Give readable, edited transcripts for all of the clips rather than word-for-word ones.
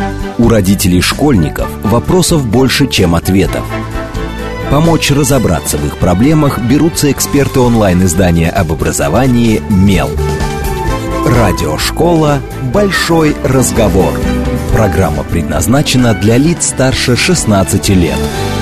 У родителей школьников вопросов больше, чем ответов. Помочь разобраться в их проблемах берутся эксперты онлайн-издания об образовании «Мел». Радиошкола «Большой разговор». Программа предназначена для лиц старше 16 лет.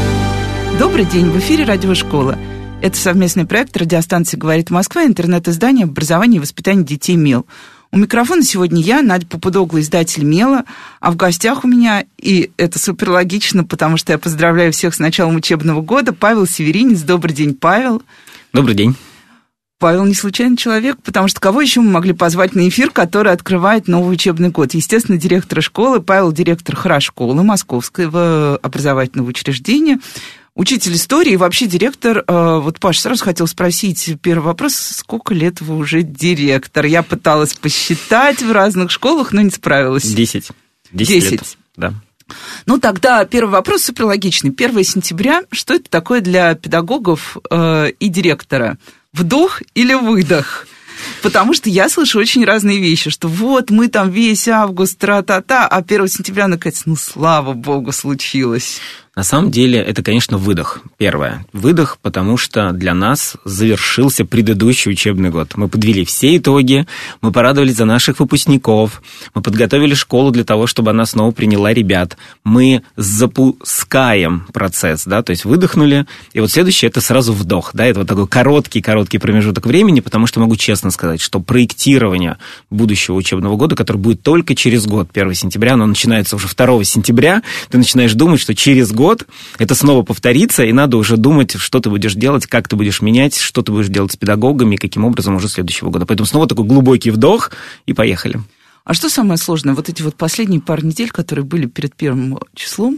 Добрый день, в эфире «Радиошкола». Это совместный проект радиостанции «Говорит Москва» и интернет-издание об образовании и воспитании детей «Мел». У микрофона сегодня я, Надя Попудогла, издатель «Мела», а в гостях у меня, и это суперлогично, потому что я поздравляю всех с началом учебного года, Павел Северинец. Добрый день, Павел. Добрый день. Павел не случайный человек, потому что кого еще мы могли позвать на эфир, который открывает новый учебный год? Естественно, директора школы. Павел – директор хора-школы Московского образовательного учреждения, учитель истории и вообще директор. Вот, Паш, сразу хотел спросить первый вопрос. Сколько лет вы уже директор? Я пыталась посчитать в разных школах, но не справилась. 10 лет, да. Ну, тогда первый вопрос суперлогичный. 1 сентября. Что это такое для педагогов и директора? Вдох или выдох? Потому что я слышу очень разные вещи, что вот мы там весь август, тра-та-та, а 1 сентября, наконец, слава богу, случилось. На самом деле, это, конечно, выдох. Первое. Выдох, потому что для нас завершился предыдущий учебный год. Мы подвели все итоги, мы порадовались за наших выпускников, мы подготовили школу для того, чтобы она снова приняла ребят. Мы запускаем процесс, да, то есть выдохнули, и вот следующее – это сразу вдох, да, это вот такой короткий промежуток времени, потому что могу честно сказать, что проектирование будущего учебного года, который будет только через год, 1 сентября, оно начинается уже 2 сентября, ты начинаешь думать, что через год это снова повторится, и надо уже думать, что ты будешь делать, как ты будешь менять, что ты будешь делать с педагогами, каким образом уже следующего года. Поэтому снова такой глубокий вдох, и поехали. А что самое сложное? Вот эти вот последние пару недель, которые были перед 1 числом,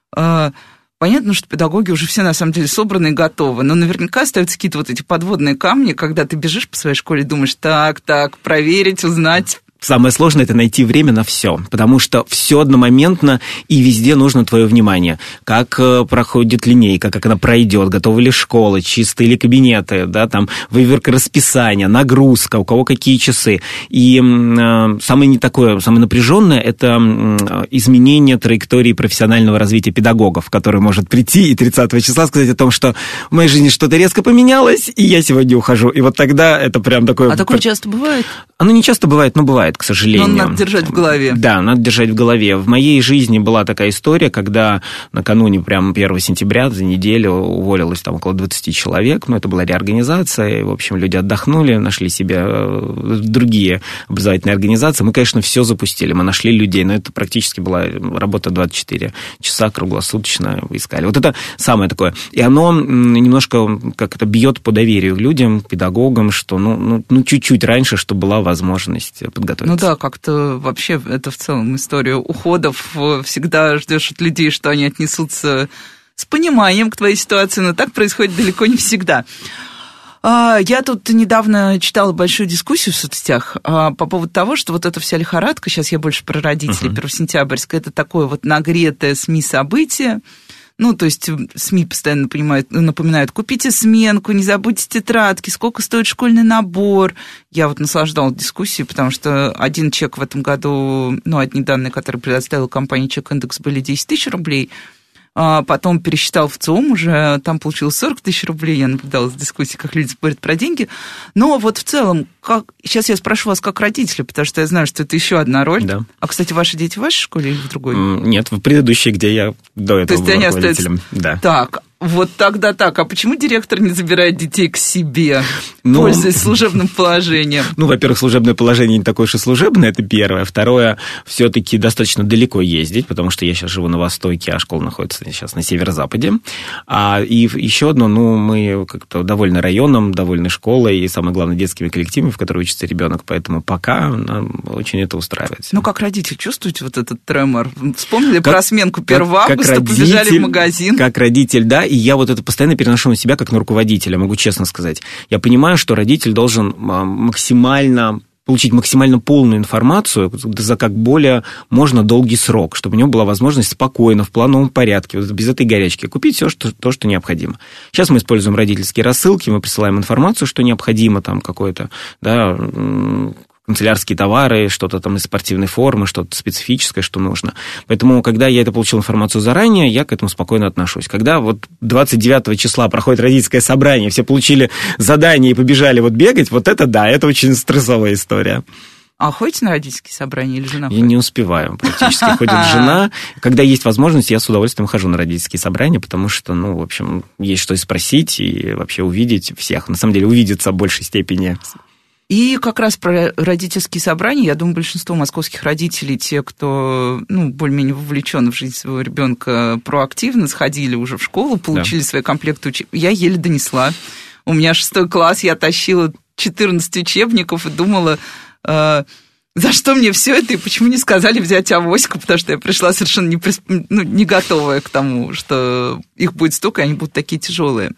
понятно, что педагоги уже все на самом деле собраны и готовы, но наверняка остаются какие-то вот эти подводные камни, когда ты бежишь по своей школе и думаешь, так, проверить, узнать. Самое сложное – это найти время на все, потому что все одномоментно, и везде нужно твое внимание. Как проходит линейка, как она пройдет, готовы ли школы, чистые ли кабинеты, да, там, выверка расписания, нагрузка, у кого какие часы. И самое напряженное – это изменение траектории профессионального развития педагогов, который может прийти и 30 числа сказать о том, что в моей жизни что-то резко поменялось, и я сегодня ухожу. И вот тогда это прям такое… А такое часто бывает? Оно не часто бывает, но бывает, к сожалению. Но надо держать в голове. Да, надо держать в голове. В моей жизни была такая история, когда накануне прям 1 сентября за неделю уволилось там около 20 человек, но это была реорганизация, и, в общем, люди отдохнули, нашли себе другие образовательные организации. Мы, конечно, все запустили, мы нашли людей, но это практически была работа 24 часа круглосуточно искали. Вот это самое такое. И оно немножко как-то бьет по доверию к людям, к педагогам, что ну чуть-чуть раньше, чтобы была возможность подготовиться. Ну да, как-то вообще это в целом история уходов. Всегда ждешь от людей, что они отнесутся с пониманием к твоей ситуации, но так происходит далеко не всегда. Я тут недавно читала большую дискуссию в соцсетях по поводу того, что вот эта вся лихорадка, сейчас я больше про родителей, 1 сентябрьская, это такое вот нагретое СМИ событие. Ну, то есть СМИ постоянно напоминают, купите сменку, не забудьте тетрадки, сколько стоит школьный набор. Я вот наслаждалась дискуссией, потому что один чек в этом году, одни данные, которые предоставила компания «Чек-индекс», были 10 тысяч рублей. Потом пересчитал в ЦИОМ уже, там получилось 40 тысяч рублей, я наблюдала за дискуссией, как люди спорят про деньги. Но вот в целом, сейчас я спрошу вас как родителя, потому что я знаю, что это еще одна роль. Да. А, кстати, ваши дети в вашей школе или в другой? Нет, в предыдущей, где я до этого был руководителем. Да. Так, вот тогда так. А почему директор не забирает детей к себе, пользуясь служебным положением? Во-первых, служебное положение не такое уж и служебное, это первое. Второе, все-таки достаточно далеко ездить, потому что я сейчас живу на востоке, а школа находится сейчас на северо-западе. И еще одно, мы как-то довольны районом, довольны школой и, самое главное, детскими коллективами, в которых учится ребенок, поэтому пока нам очень это устраивает. Ну, как родитель, чувствуете вот этот тремор? Вспомнили про сменку 1 августа, побежали в магазин? Как родитель, да, и я вот это постоянно переношу на себя, как на руководителя, могу честно сказать. Я понимаю, что родитель должен получить максимально полную информацию за как более можно долгий срок, чтобы у него была возможность спокойно, в плановом порядке, без этой горячки, купить все, что необходимо. Сейчас мы используем родительские рассылки, мы присылаем информацию, что необходимо, там какое-то, да, канцелярские товары, что-то там из спортивной формы, что-то специфическое, что нужно. Поэтому, когда я это получил информацию заранее, я к этому спокойно отношусь. Когда вот 29 числа проходит родительское собрание, все получили задание и побежали вот бегать, вот это да, это очень стрессовая история. А ходите на родительские собрания или жена ходит? Я не успеваю, практически ходит жена. Когда есть возможность, я с удовольствием хожу на родительские собрания, потому что, ну, в общем, есть что и спросить, и вообще увидеть всех. На самом деле, увидеться в большей степени. И как раз про родительские собрания, я думаю, большинство московских родителей, те, кто, ну, более-менее вовлечен в жизнь своего ребенка, проактивно сходили уже в школу, получили свои комплекты учебников. Я еле донесла. У меня 6 класс, я тащила 14 учебников и думала... за что мне все это, и почему не сказали взять авоську, потому что я пришла совершенно не готовая к тому, что их будет столько, и они будут такие тяжелые.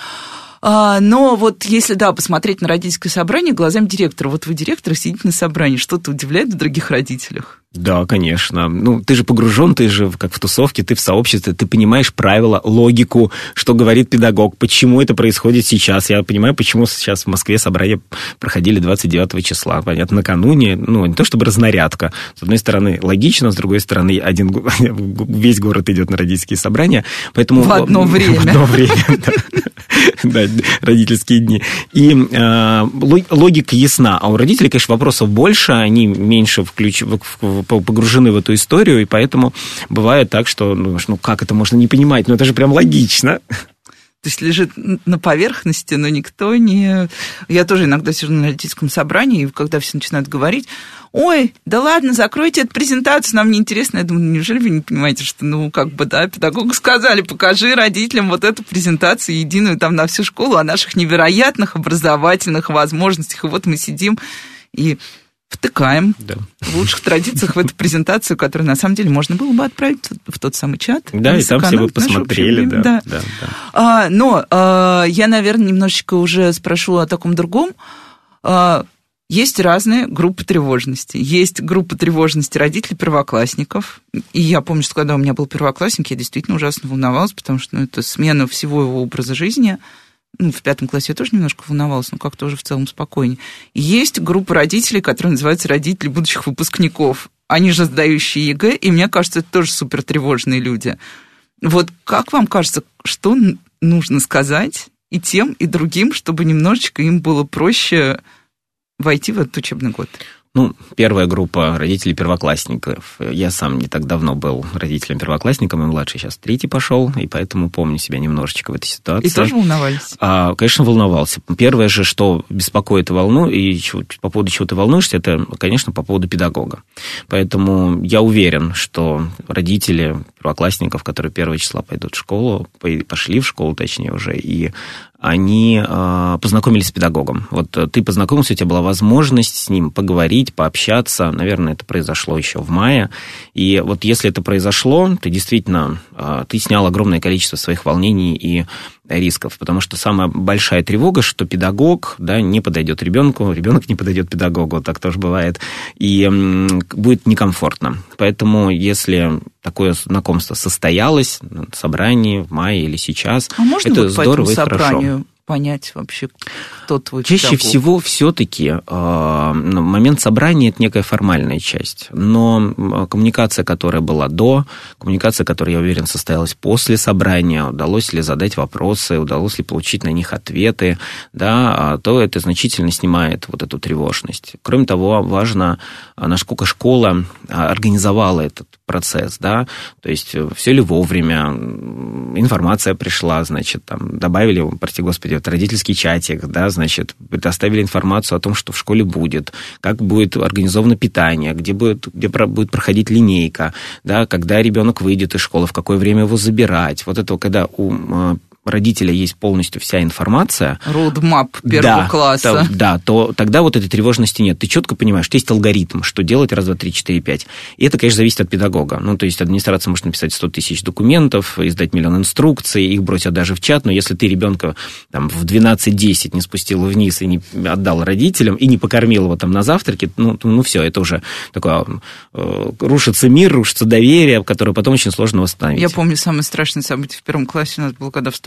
Но вот если, да, посмотреть на родительское собрание глазами директора, вот вы директор, сидите на собрании, что-то удивляет в других родителях? Да, конечно. Ну, ты же погружен, ты же как в тусовке, ты в сообществе, ты понимаешь правила, логику, что говорит педагог, почему это происходит сейчас. Я понимаю, почему сейчас в Москве собрания проходили 29 числа. Понятно, накануне, ну, не то чтобы разнарядка. С одной стороны, логично, с другой стороны, весь город идет на родительские собрания. Поэтому в одно время. В одно время, да, родительские дни. И логика ясна. А у родителей, конечно, вопросов больше, они меньше погружены в эту историю, и поэтому бывает так, что, ну, как это можно не понимать? Ну, это же прям логично. То есть лежит на поверхности, но никто не... Я тоже иногда сижу на родительском собрании, и когда все начинают говорить, ой, да ладно, закройте эту презентацию, нам неинтересно. Я думаю, неужели вы не понимаете, что, ну, как бы, да, педагогу сказали, покажи родителям вот эту презентацию единую там на всю школу о наших невероятных образовательных возможностях. И вот мы сидим и... втыкаем в лучших традициях в эту презентацию, которую, на самом деле, можно было бы отправить в тот самый чат. Да, и там все вы посмотрели. Да. Но я, наверное, немножечко уже спрошу о таком другом. Есть разные группы тревожности. Есть группа тревожности родителей первоклассников. И я помню, что когда у меня был первоклассник, я действительно ужасно волновалась, потому что это смена всего его образа жизни. Ну, в 5 классе я тоже немножко волновалась, но как-то уже в целом спокойнее. Есть группа родителей, которые называются родители будущих выпускников. Они же сдающие ЕГЭ, и мне кажется, это тоже супертревожные люди. Вот как вам кажется, что нужно сказать и тем, и другим, чтобы немножечко им было проще войти в этот учебный год? Ну, первая группа родителей первоклассников. Я сам не так давно был родителем первоклассником, и младший сейчас 3-й пошел, и поэтому помню себя немножечко в этой ситуации. И тоже волновались? Конечно, волновался. Первое же, что беспокоит и волнует, и по поводу чего ты волнуешься, это, конечно, по поводу педагога. Поэтому я уверен, что родители первоклассников, которые 1 числа пойдут в школу, пошли в школу, точнее, уже, и они познакомились с педагогом. Вот ты познакомился, у тебя была возможность с ним поговорить, пообщаться. Наверное, это произошло еще в мае. И вот если это произошло, ты действительно ты снял огромное количество своих волнений и рисков. Потому что самая большая тревога, что педагог, да, не подойдет ребенку, ребенок не подойдет педагогу, так тоже бывает, и будет некомфортно. Поэтому если такое знакомство состоялось на собрании в мае или сейчас, это здорово и хорошо. Понять вообще, кто твой Чаще педагог? всего все-таки момент собрания – это некая формальная часть, но коммуникация, которая была до, коммуникация, которая, я уверен, состоялась после собрания, удалось ли задать вопросы, удалось ли получить на них ответы, да, то это значительно снимает вот эту тревожность. Кроме того, важно, насколько школа организовала этот процесс, да, то есть все ли вовремя, информация пришла, значит, там добавили, прости господи, вот родительский чатик, да, значит, предоставили информацию о том, что в школе будет, как будет организовано питание, где будет проходить линейка, да, когда ребенок выйдет из школы, в какое время его забирать. Вот это когда у родителя есть полностью вся информация. Roadmap первого класса. То тогда вот этой тревожности нет. Ты четко понимаешь, что есть алгоритм, что делать 1, 2, 3, 4, 5. И это, конечно, зависит от педагога. Ну, то есть администрация может написать 100 тысяч документов, издать миллион инструкций, их бросят даже в чат, но если ты ребенка там, в 12:10 не спустил вниз и не отдал родителям, и не покормил его там на завтраке, ну все, это уже такое, рушится мир, рушится доверие, которое потом очень сложно восстановить. Я помню самое страшное событие в 1 классе у нас было, когда встал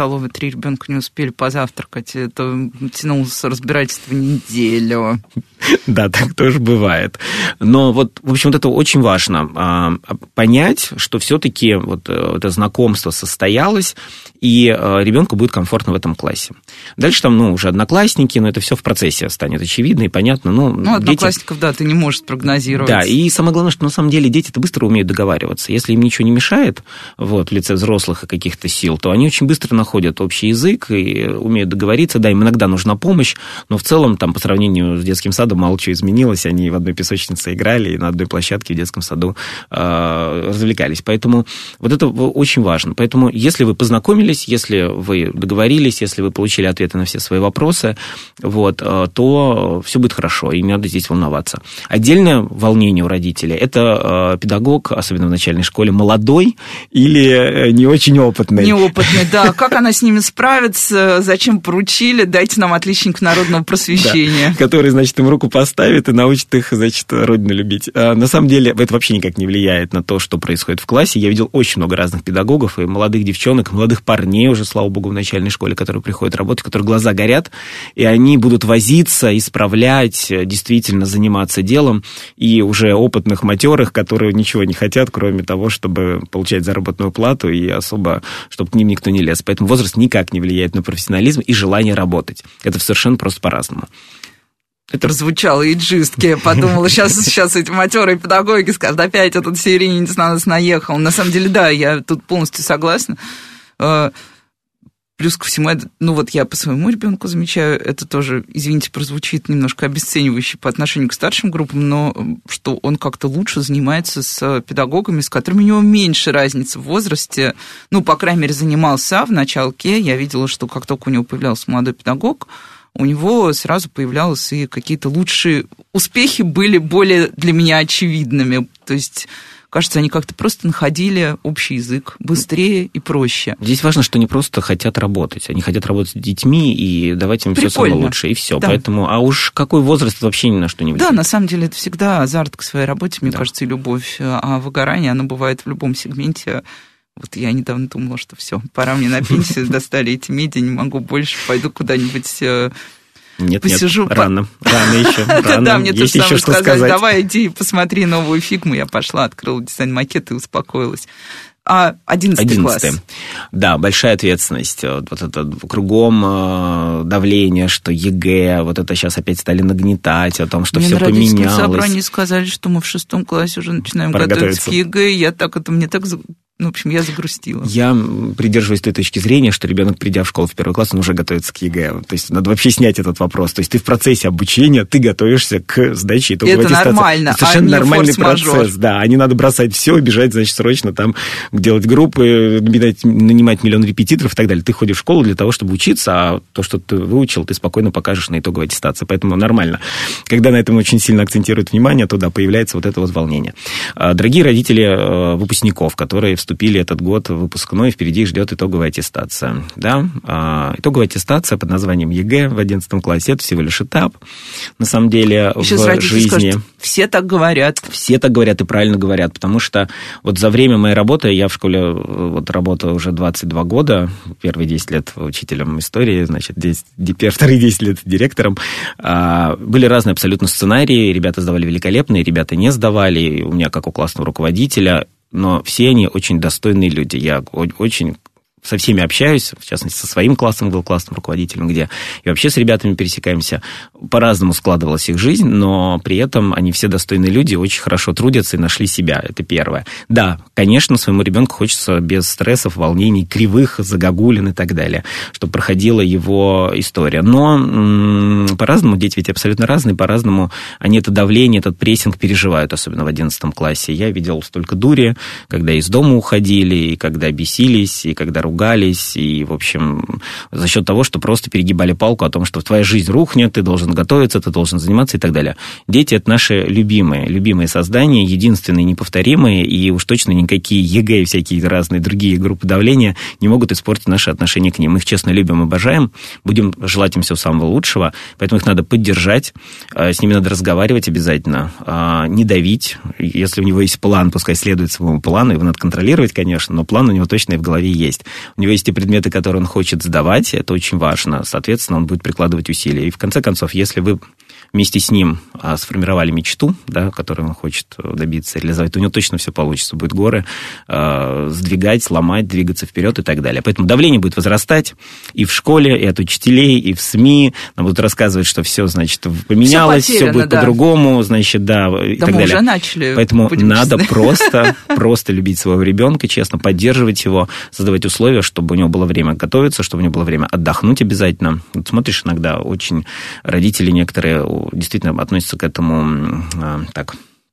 столовой 3 ребенка не успели позавтракать. Это тянулось разбирательство неделю. Да, так тоже бывает. Но вот, в общем, вот это очень важно. Понять, что все-таки вот это знакомство состоялось, и ребенку будет комфортно в этом классе. Дальше там, уже одноклассники, но это все в процессе станет очевидно и понятно. Одноклассников, дети... да, ты не можешь спрогнозировать. Да, и самое главное, что на самом деле дети-то быстро умеют договариваться. Если им ничего не мешает, в лице взрослых и каких-то сил, то они очень быстро находят общий язык и умеют договориться. Да, им иногда нужна помощь, но в целом, там, по сравнению с детским садом, мало чего изменилось. Они в одной песочнице играли и на одной площадке в детском саду развлекались. Поэтому вот это очень важно. Поэтому если вы познакомились, если вы договорились, если вы получили ответы на все свои вопросы, то все будет хорошо, и не надо здесь волноваться. Отдельное волнение у родителей – это педагог, особенно в начальной школе, молодой или не очень опытный. Неопытный, да. Как она с ними справится, зачем поручили, дайте нам отличник народного просвещения. Да, который, значит, им руку поставит и научит их, значит, родину любить. На самом деле, это вообще никак не влияет на то, что происходит в классе. Я видел очень много разных педагогов, и молодых девчонок, молодых парней уже, слава богу, в начальной школе, которые приходят работать, у которых глаза горят, и они будут возиться, исправлять, действительно заниматься делом, и уже опытных матерых, которые ничего не хотят, кроме того, чтобы получать заработную плату, и особо, чтобы к ним никто не лез. Поэтому возраст никак не влияет на профессионализм и желание работать. Это совершенно просто по-разному. Это прозвучало иджистки. Я подумала, сейчас эти матерые педагоги скажут, опять этот сиренец на нас наехал. На самом деле, да, я тут полностью согласна. Плюс ко всему, я по своему ребенку замечаю, это тоже, извините, прозвучит немножко обесценивающе по отношению к старшим группам, но что он как-то лучше занимается с педагогами, с которыми у него меньше разницы в возрасте. По крайней мере, занимался в началке. Я видела, что как только у него появлялся молодой педагог, у него сразу появлялись и какие-то лучшие успехи были более для меня очевидными. То есть, кажется, они как-то просто находили общий язык быстрее и проще. Здесь важно, что они просто хотят работать. Они хотят работать с детьми и давать им все самое лучшее, и все. Да. Поэтому, а уж какой возраст вообще ни на что не влияет. Да, на самом деле, это всегда азарт к своей работе, мне кажется, и любовь. А выгорание, оно бывает в любом сегменте. Я недавно думала, что все, пора мне на пенсию, достали эти медиа, не могу больше, пойду куда-нибудь посижу. Рано еще. Да, мне тоже самое сказали, давай иди посмотри новую фигму. Я пошла, открыла дизайн-макет и успокоилась. 11 класс. Да, большая ответственность. Вот это кругом давление, что ЕГЭ, вот это сейчас опять стали нагнетать о том, что все поменялось. Мне на родительском собрании сказали, что мы в 6 классе уже начинаем готовиться к ЕГЭ. В общем, я загрустила. Я придерживаюсь той точки зрения, что ребенок, придя в школу в 1 класс, он уже готовится к ЕГЭ. То есть надо вообще снять этот вопрос. То есть ты в процессе обучения, ты готовишся к сдаче итоговой аттестации. Это нормально, совершенно нормальный процесс. Да, не надо бросать все, бежать, значит, срочно там делать группы, нанимать миллион репетиторов и так далее. Ты ходишь в школу для того, чтобы учиться, а то, что ты выучил, ты спокойно покажешь на итоговой аттестации. Поэтому нормально. Когда на этом очень сильно акцентируют внимание, то да, появляется вот это вот волнение. Дорогие родители выпускников, которые вступили этот год в выпускной, впереди ждет итоговая аттестация. Да? Итоговая аттестация под названием ЕГЭ в 11 классе – это всего лишь этап, на самом деле, сейчас в жизни. Скажут, все так говорят. Все так говорят и правильно говорят, потому что вот за время моей работы, я в школе работаю уже 22 года, первые 10 лет учителем истории, значит, вторые 10 лет директором. Были разные абсолютно сценарии, ребята сдавали великолепные, ребята не сдавали, у меня как у классного руководителя, но все они очень достойные люди. Я очень со всеми общаюсь, в частности, со своим классом, был классным руководителем, где и вообще с ребятами пересекаемся. По-разному складывалась их жизнь, но при этом они все достойные люди, очень хорошо трудятся и нашли себя. Это первое. Да, конечно, своему ребенку хочется без стрессов, волнений, кривых, загогулин и так далее, чтобы проходила его история. Но по-разному, дети ведь абсолютно разные, по-разному они это давление, этот прессинг переживают, особенно в 11 классе. Я видел столько дури, когда из дома уходили, и когда бесились, и когда ругались, и, в общем, за счет того, что просто перегибали палку о том, что твоя жизнь рухнет, ты должен готовиться, ты должен заниматься и так далее. Дети – это наши любимые создания, единственные, неповторимые, и уж точно никакие ЕГЭ и всякие разные другие группы давления не могут испортить наши отношения к ним. Мы их честно любим, обожаем, будем желать им всего самого лучшего, поэтому их надо поддержать, с ними надо разговаривать обязательно, не давить. Если у него есть план, пускай следует своему плану, его надо контролировать, конечно, но план у него точно и в голове есть. у него есть те предметы, которые он хочет сдавать, это очень важно, соответственно, он будет прикладывать усилия. И в конце концов, если вы вместе с ним сформировали мечту, да, которую он хочет добиться, реализовать, то у него точно все получится. Будет горы сдвигать, ломать, двигаться вперед и так далее. Поэтому давление будет возрастать и в школе, и от учителей, и в СМИ. Нам будут рассказывать, что все, значит, поменялось, все будет по-другому, значит, да, и так далее. Уже начали. Поэтому надо просто любить своего ребенка, честно поддерживать его, создавать условия, чтобы у него было время готовиться, чтобы у него было время отдохнуть обязательно. Вот смотришь, иногда очень родители некоторые действительно относятся к этому так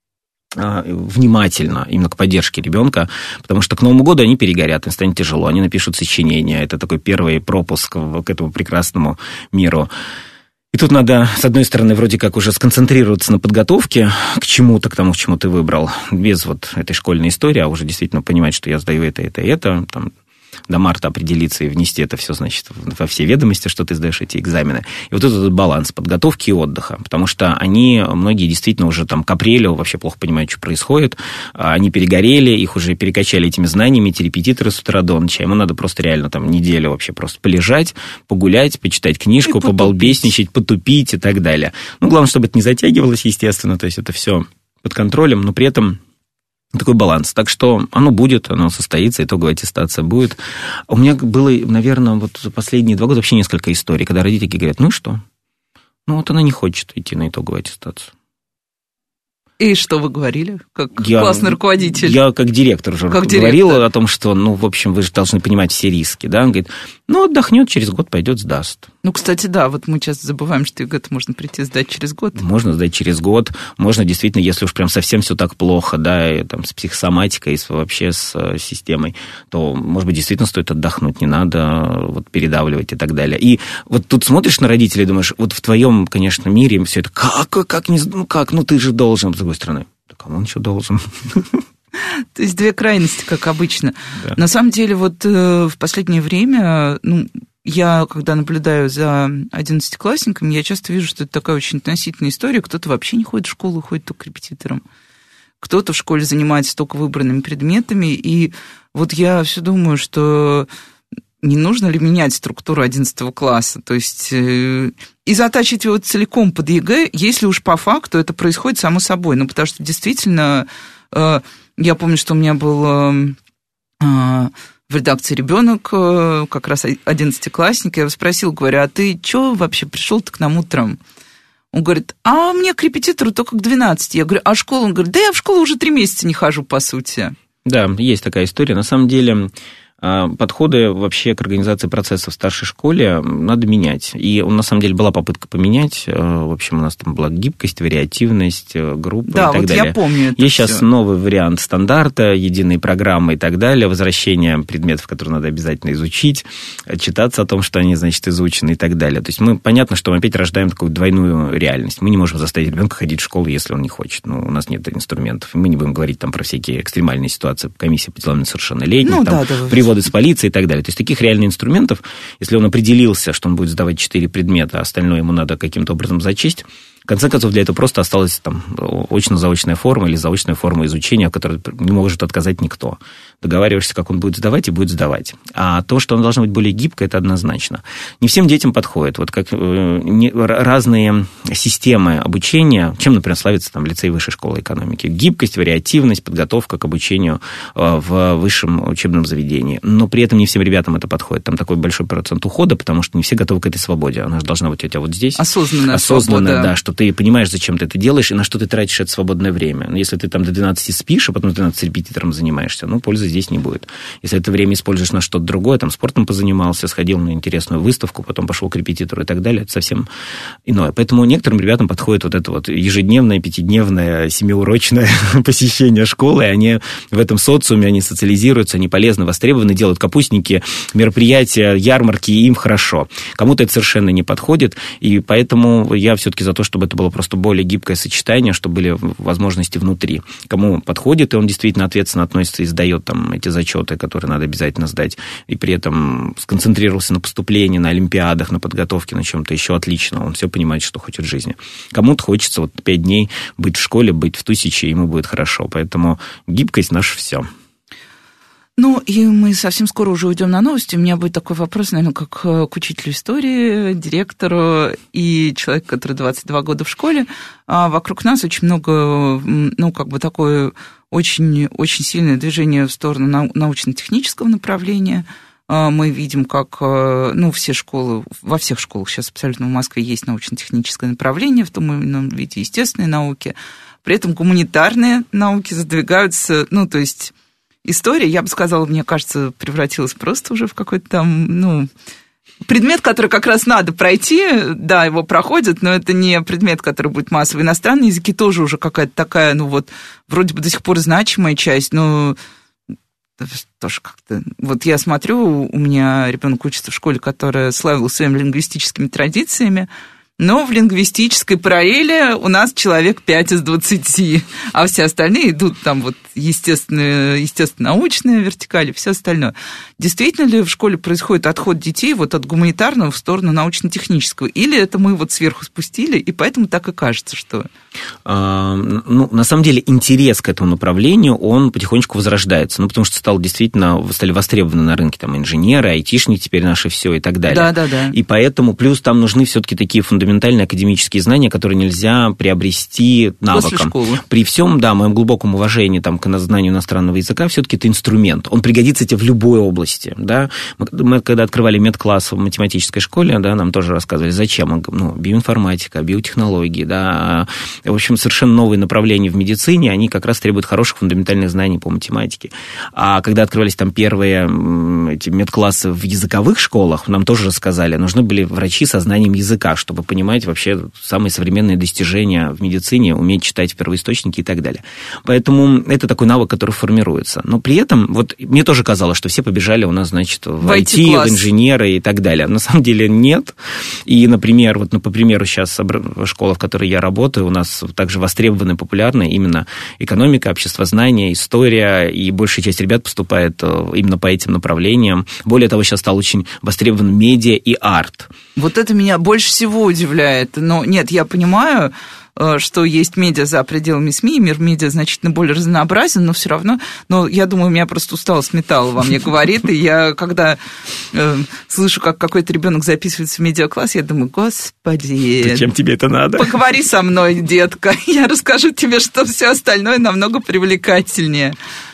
внимательно, именно к поддержке ребенка, потому что к Новому году они перегорят, им станет тяжело, они напишут сочинения, это такой первый пропуск к этому прекрасному миру. И тут надо, с одной стороны, вроде как уже сконцентрироваться на подготовке к чему-то, к тому, к чему ты выбрал, без вот этой школьной истории, а уже действительно понимать, что я сдаю это, там, до марта определиться и внести это все, значит, во все ведомости, что ты сдаешь эти экзамены. И вот этот баланс подготовки и отдыха, потому что многие действительно уже там к апрелю вообще плохо понимают, что происходит, они перегорели, их уже перекачали этими знаниями, эти репетиторы с утра до ночи, ему надо просто реально там неделю вообще просто полежать, погулять, почитать книжку, побалбесничать, потупить и так далее. Ну, главное, чтобы это не затягивалось, естественно, то есть это все под контролем, но при этом такой баланс. Так что оно будет, оно состоится, итоговая аттестация будет. У меня было, наверное, вот за последние 2 года вообще несколько историй, когда родители говорят, ну и что? Ну вот она не хочет идти на итоговую аттестацию. И что вы говорили, как классный руководитель? Я как директор уже говорил о том, что, ну, в общем, вы же должны понимать все риски, да? Он говорит, ну, отдохнет, через год пойдет, сдаст. Ну, кстати, да, вот мы часто забываем, что ЕГЭ можно прийти сдать через год. Можно сдать через год, можно действительно, если уж прям совсем все так плохо, да, и там с психосоматикой, и вообще с системой, то, может быть, действительно стоит отдохнуть, не надо вот передавливать и так далее. И вот тут смотришь на родителей и думаешь, вот в твоем, конечно, мире все это, ну ты же должен, с другой стороны, да кому он еще должен? То есть 2 крайности, как обычно. Да. На самом деле, вот в последнее время, я, когда наблюдаю за 11-классниками, я часто вижу, что это такая очень относительная история. Кто-то вообще не ходит в школу, ходит только к репетиторам. Кто-то в школе занимается только выбранными предметами. И вот я все думаю, что не нужно ли менять структуру 11 класса? То есть и затачивать его целиком под ЕГЭ, если уж по факту это происходит само собой. Ну, потому что действительно, я помню, что у меня был в редакции ребенок, как раз 11-классник, я его спросила, говорю, а ты что вообще пришел-то к нам утром? Он говорит, а мне к репетитору только к 12. Я говорю, а школа? Он говорит, да я в школу уже 3 месяца не хожу, по сути. Да, есть такая история. На самом деле, подходы вообще к организации процессов в старшей школе надо менять. И на самом деле была попытка поменять. В общем, у нас там была гибкость, вариативность, группа и так далее. Да, вот я помню это. Есть сейчас новый вариант стандарта, единые программы и так далее, возвращение предметов, которые надо обязательно изучить, отчитаться о том, что они, значит, изучены и так далее. То есть понятно, что мы опять рождаем такую двойную реальность. Мы не можем заставить ребенка ходить в школу, если он не хочет. У нас нет инструментов. Мы не будем говорить там про всякие экстремальные ситуации, комиссии по делам несовершеннолетних, приводы с полицией и так далее. То есть таких реальных инструментов, если он определился, что он будет сдавать 4 предмета, а остальное ему надо каким-то образом зачесть, в конце концов, для этого просто осталась там очно-заочная форма или заочная форма изучения, от которой не может отказать никто. Договариваешься, как он будет сдавать, и будет сдавать. А то, что он должен быть более гибко, это однозначно. Не всем детям подходит. Вот как разные системы обучения, чем, например, славится там лицей высшей школы экономики. Гибкость, вариативность, подготовка к обучению в высшем учебном заведении. Но при этом не всем ребятам это подходит. Там такой большой процент ухода, потому что не все готовы к этой свободе. Она же должна быть у тебя вот здесь. Осознанная свобода. Да, что ты понимаешь, зачем ты это делаешь и на что ты тратишь это свободное время. Если ты там до 12 спишь, а потом до 12 репетитором занимаешься, пользы здесь не будет. Если это время используешь на что-то другое, там спортом позанимался, сходил на интересную выставку, потом пошел к репетитору и так далее, это совсем иное. Поэтому некоторым ребятам подходит вот это вот ежедневное, 5-дневное, 7-урочное посещение школы, и они в этом социуме, они социализируются, они полезны, востребованы, делают капустники, мероприятия, ярмарки, и им хорошо. Кому-то это совершенно не подходит, и поэтому я все-таки за то, чтобы это было просто более гибкое сочетание, чтобы были возможности внутри. Кому подходит, и он действительно ответственно относится и сдает там эти зачеты, которые надо обязательно сдать, и при этом сконцентрировался на поступлении, на олимпиадах, на подготовке, на чем-то еще, отлично. Он все понимает, что хочет в жизни. Кому-то хочется 5 дней быть в школе, быть в тусиче, ему будет хорошо. Поэтому гибкость наше все. Ну, и мы совсем скоро уже уйдем на новости. У меня будет такой вопрос, наверное, как к учителю истории, директору и человеку, который 22 года в школе. Вокруг нас очень много, ну, как бы такое очень, очень сильное движение в сторону научно-технического направления. Мы видим, как, ну, все школы, во всех школах сейчас абсолютно в Москве есть научно-техническое направление, в том или ином виде естественные науки. При этом гуманитарные науки задвигаются, ну, то есть история, я бы сказала, мне кажется, превратилась просто уже в какой-то там, ну, предмет, который как раз надо пройти, да, его проходят, но это не предмет, который будет массовый. Иностранные языки тоже уже какая-то такая, ну, вот, вроде бы до сих пор значимая часть, но тоже как-то... Вот я смотрю, у меня ребенок учится в школе, которая славилась своими лингвистическими традициями, но в лингвистической параллели у нас человек 5 из 20, а все остальные идут там вот естественно-научная вертикаль и все остальное. Действительно ли в школе происходит отход детей вот от гуманитарного в сторону научно-технического? Или это мы вот сверху спустили, и поэтому так и кажется, что... Ну, на самом деле, интерес к этому направлению, он потихонечку возрождается, ну, потому что стали востребованы на рынке там инженеры, айтишники теперь наши все и так далее. Да. И поэтому, плюс там нужны все-таки такие фундаментальные академические знания, которые нельзя приобрести навыком. После школы. При всем, да, моем глубоком уважении там, к знанию иностранного языка, все-таки это инструмент. Он пригодится тебе в любой области. Да? Мы когда открывали медкласс в математической школе, да, нам тоже рассказывали, зачем. Ну, биоинформатика, биотехнологии, да. В общем, совершенно новые направления в медицине, они как раз требуют хороших фундаментальных знаний по математике. А когда открывались там первые эти медклассы в языковых школах, нам тоже рассказали, нужны были врачи со знанием языка, чтобы понимать вообще самые современные достижения в медицине, уметь читать первоисточники и так далее. Поэтому это такой навык, который формируется. Но при этом, вот мне тоже казалось, что все побежали у нас, значит, в IT, в инженеры и так далее. На самом деле нет. И, например, вот, по примеру, сейчас школа, в которой я работаю, у нас также востребованы и популярны именно экономика, обществознание, история, и большая часть ребят поступает именно по этим направлениям. Более того, сейчас стал очень востребован медиа и арт. Вот это меня больше всего удивляет. Но нет, я понимаю, что есть медиа за пределами СМИ, мир медиа значительно более разнообразен, но все равно, но я думаю, у меня просто усталость металла во мне говорит, и я, когда слышу, как какой-то ребенок записывается в медиакласс, я думаю, господи... Зачем тебе это надо? Поговори со мной, детка, я расскажу тебе, что все остальное намного привлекательнее.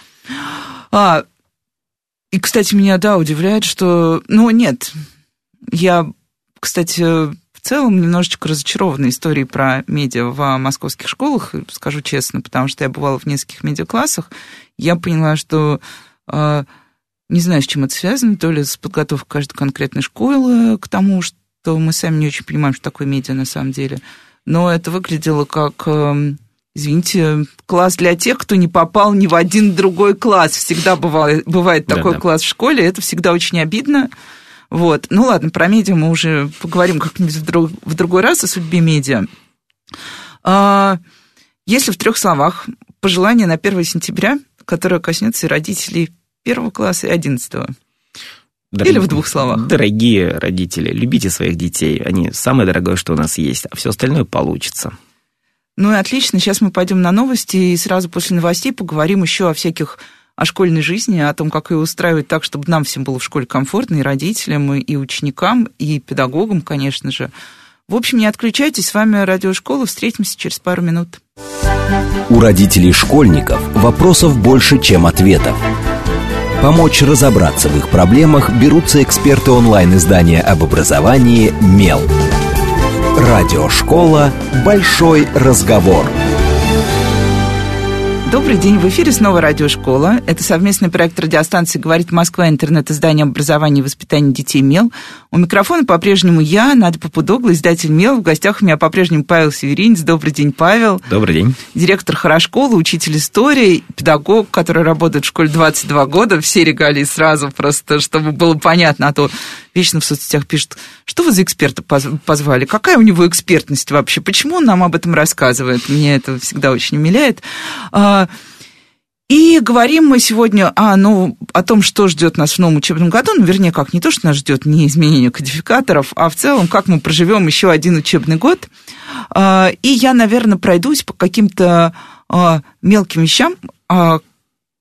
И, кстати, меня, да, удивляет, что... Ну, нет, я, кстати... В целом, немножечко разочарована историей про медиа в московских школах, скажу честно, потому что я бывала в нескольких медиаклассах. Я поняла, что не знаю, с чем это связано, то ли с подготовкой каждой конкретной школы к тому, что мы сами не очень понимаем, что такое медиа на самом деле. Но это выглядело как, извините, класс для тех, кто не попал ни в один другой класс. Всегда бывает такой класс в школе, это всегда очень обидно. Вот. Ну ладно, про медиа мы уже поговорим как-нибудь в другой раз о судьбе медиа. Если в 3 словах пожелание на 1 сентября, которое коснется и родителей 1 класса и 11. Или в 2 словах. Дорогие родители, любите своих детей. Они самое дорогое, что у нас есть, а все остальное получится. Ну и отлично. Сейчас мы пойдем на новости, и сразу после новостей поговорим еще о школьной жизни, о том, как ее устраивать так, чтобы нам всем было в школе комфортно, и родителям, и ученикам, и педагогам, конечно же. В общем, не отключайтесь, с вами Радиошкола, встретимся через пару минут. У родителей школьников вопросов больше, чем ответов. Помочь разобраться в их проблемах берутся эксперты онлайн-издания об образовании «Мел». Радиошкола «Большой разговор». Добрый день, в эфире снова Радиошкола. Это совместный проект радиостанции «Говорит Москва», интернет-издание образования и воспитания детей «Мел». У микрофона по-прежнему я, Надя Попудогла, издатель «Мел». В гостях у меня по-прежнему Павел Северинец. Добрый день, Павел. Добрый день. Директор хорошколы, учитель истории, педагог, который работает в школе 22 года. Все регалии сразу, просто чтобы было понятно, а то вечно в соцсетях пишут, что вы за эксперта позвали, какая у него экспертность вообще, почему он нам об этом рассказывает. Меня это всегда очень умиляет. И говорим мы сегодня о том, что ждет нас в новом учебном году. Ну, вернее, как, не то, что нас ждет не изменение кодификаторов, а в целом, как мы проживем еще один учебный год. И я, наверное, пройдусь по каким-то мелким вещам,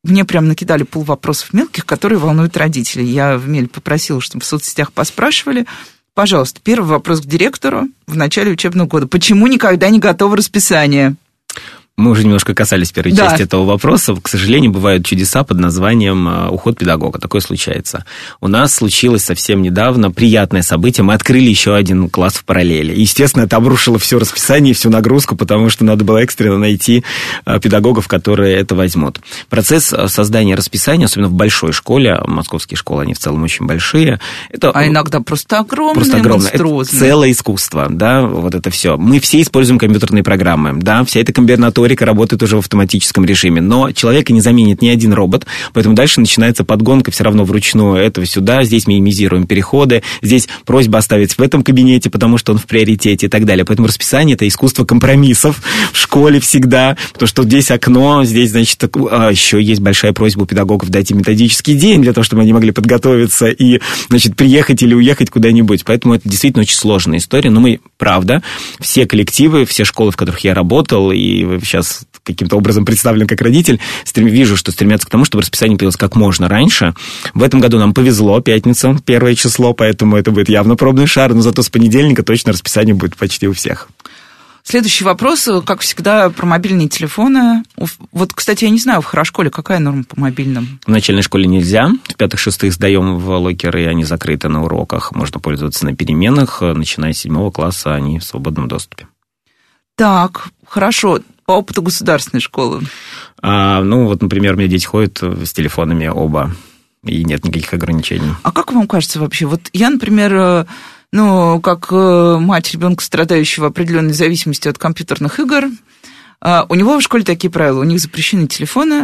мне прям накидали пул вопросов мелких, которые волнуют родителей. Я в мейле попросила, чтобы в соцсетях поспрашивали. Пожалуйста, первый вопрос к директору в начале учебного года. Почему никогда не готово расписание? Мы уже немножко касались первой части этого вопроса. К сожалению, бывают чудеса под названием уход педагога. Такое случается. У нас случилось совсем недавно приятное событие. Мы открыли еще один класс в параллели. Естественно, это обрушило все расписание и всю нагрузку, потому что надо было экстренно найти педагогов, которые это возьмут. Процесс создания расписания, особенно в большой школе, московские школы, они в целом очень большие. Это, иногда просто огромные, монструозные. Это целое искусство, да, вот это все. Мы все используем компьютерные программы, да, вся эта комбинаторика работает уже в автоматическом режиме, но человека не заменит ни один робот, поэтому дальше начинается подгонка все равно вручную этого сюда, здесь минимизируем переходы, здесь просьба оставить в этом кабинете, потому что он в приоритете и так далее. Поэтому расписание – это искусство компромиссов в школе всегда, потому что здесь окно, здесь, значит, еще есть большая просьба у педагогов дать им методический день для того, чтобы они могли подготовиться и, значит, приехать или уехать куда-нибудь. Поэтому это действительно очень сложная история, но мы, правда, все коллективы, все школы, в которых я работал, и сейчас каким-то образом представлен как родитель, вижу, что стремятся к тому, чтобы расписание появилось как можно раньше. В этом году нам повезло, пятница, 1 число, поэтому это будет явно пробный шар, но зато с понедельника точно расписание будет почти у всех. Следующий вопрос, как всегда, про мобильные телефоны. Вот, кстати, я не знаю, в хорашколе какая норма по мобильным? В начальной школе нельзя. В 5-6 сдаем в локеры, они закрыты на уроках. Можно пользоваться на переменах. Начиная с 7 класса они в свободном доступе. Так, хорошо. По опыту государственной школы? Вот, например, у меня дети ходят с телефонами оба, и нет никаких ограничений. А как вам кажется вообще? Вот я, например, как мать ребенка, страдающего определенной зависимости от компьютерных игр, у него в школе такие правила. У них запрещены телефоны,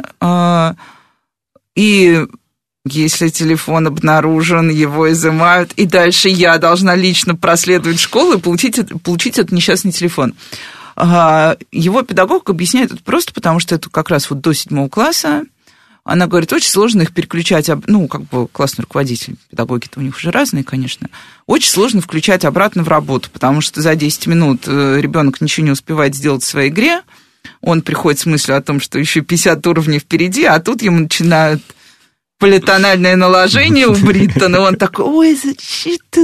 и если телефон обнаружен, его изымают, и дальше я должна лично проследовать школу и получить этот несчастный телефон. Его педагог объясняет это просто, потому что это как раз вот до 7 класса. Она говорит, очень сложно их переключать, классный руководитель, педагоги-то у них уже разные, конечно, очень сложно включать обратно в работу, потому что за 10 минут ребенок ничего не успевает сделать в своей игре, он приходит с мыслью о том, что еще 50 уровней впереди, а тут ему начинают политональное наложение у Бриттона, и он такой, ой, зачем ты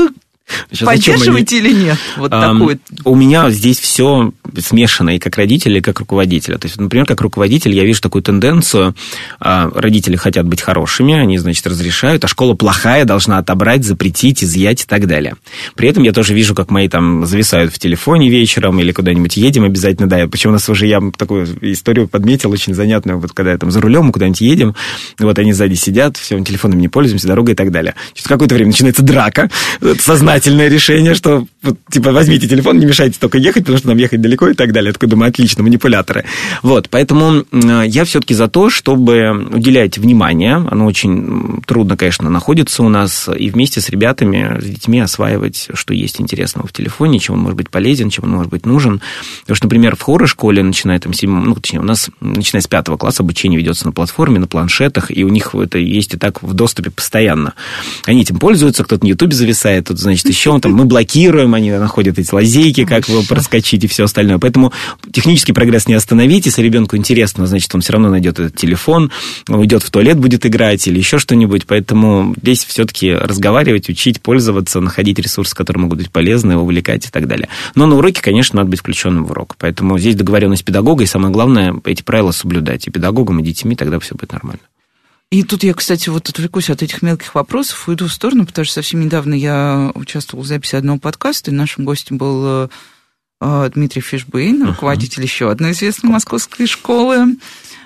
поддерживаете или нет? Вот такой. У меня здесь все смешано и как родителя, и как руководителя. То есть, например, как руководитель я вижу такую тенденцию. Родители хотят быть хорошими, они, значит, разрешают, а школа плохая должна отобрать, запретить, изъять и так далее. При этом я тоже вижу, как мои там зависают в телефоне вечером или куда-нибудь едем обязательно. Да, причем у нас уже я такую историю подметил, очень занятную, вот когда я там за рулем, куда-нибудь едем, вот они сзади сидят, все, телефоном не пользуемся, дорога и так далее. Через какое-то время начинается драка, сознательное решение, что, типа, возьмите телефон, не мешайте только ехать, потому что нам ехать далеко и так далее. Я такой думаю, отлично, манипуляторы. Вот, поэтому я все-таки за то, чтобы уделять внимание. Оно очень трудно, конечно, находится у нас, и вместе с ребятами, с детьми осваивать, что есть интересного в телефоне, чем он может быть полезен, чем он может быть нужен. Потому что, например, в хоррор-школе, начиная у нас, начиная с 5 класса, обучение ведется на платформе, на планшетах, и у них это есть и так в доступе постоянно. Они этим пользуются, кто-то на Ютубе зависает, тут, значит, еще мы блокируем, они находят эти лазейки, как его проскочить и все остальное. Поэтому технический прогресс не остановить, если ребенку интересно, значит, он все равно найдет этот телефон, он уйдет в туалет, будет играть или еще что-нибудь. Поэтому здесь все-таки разговаривать, учить, пользоваться, находить ресурсы, которые могут быть полезны, увлекать и так далее. Но на уроке, конечно, надо быть включенным в урок. Поэтому здесь договоренность педагога, и самое главное, эти правила соблюдать и педагогом, и детьми, тогда все будет нормально. И тут я, кстати, вот отвлекусь от этих мелких вопросов, уйду в сторону, потому что совсем недавно я участвовала в записи одного подкаста, и нашим гостем был Дмитрий Фишбейн, руководитель еще одной известной московской школы,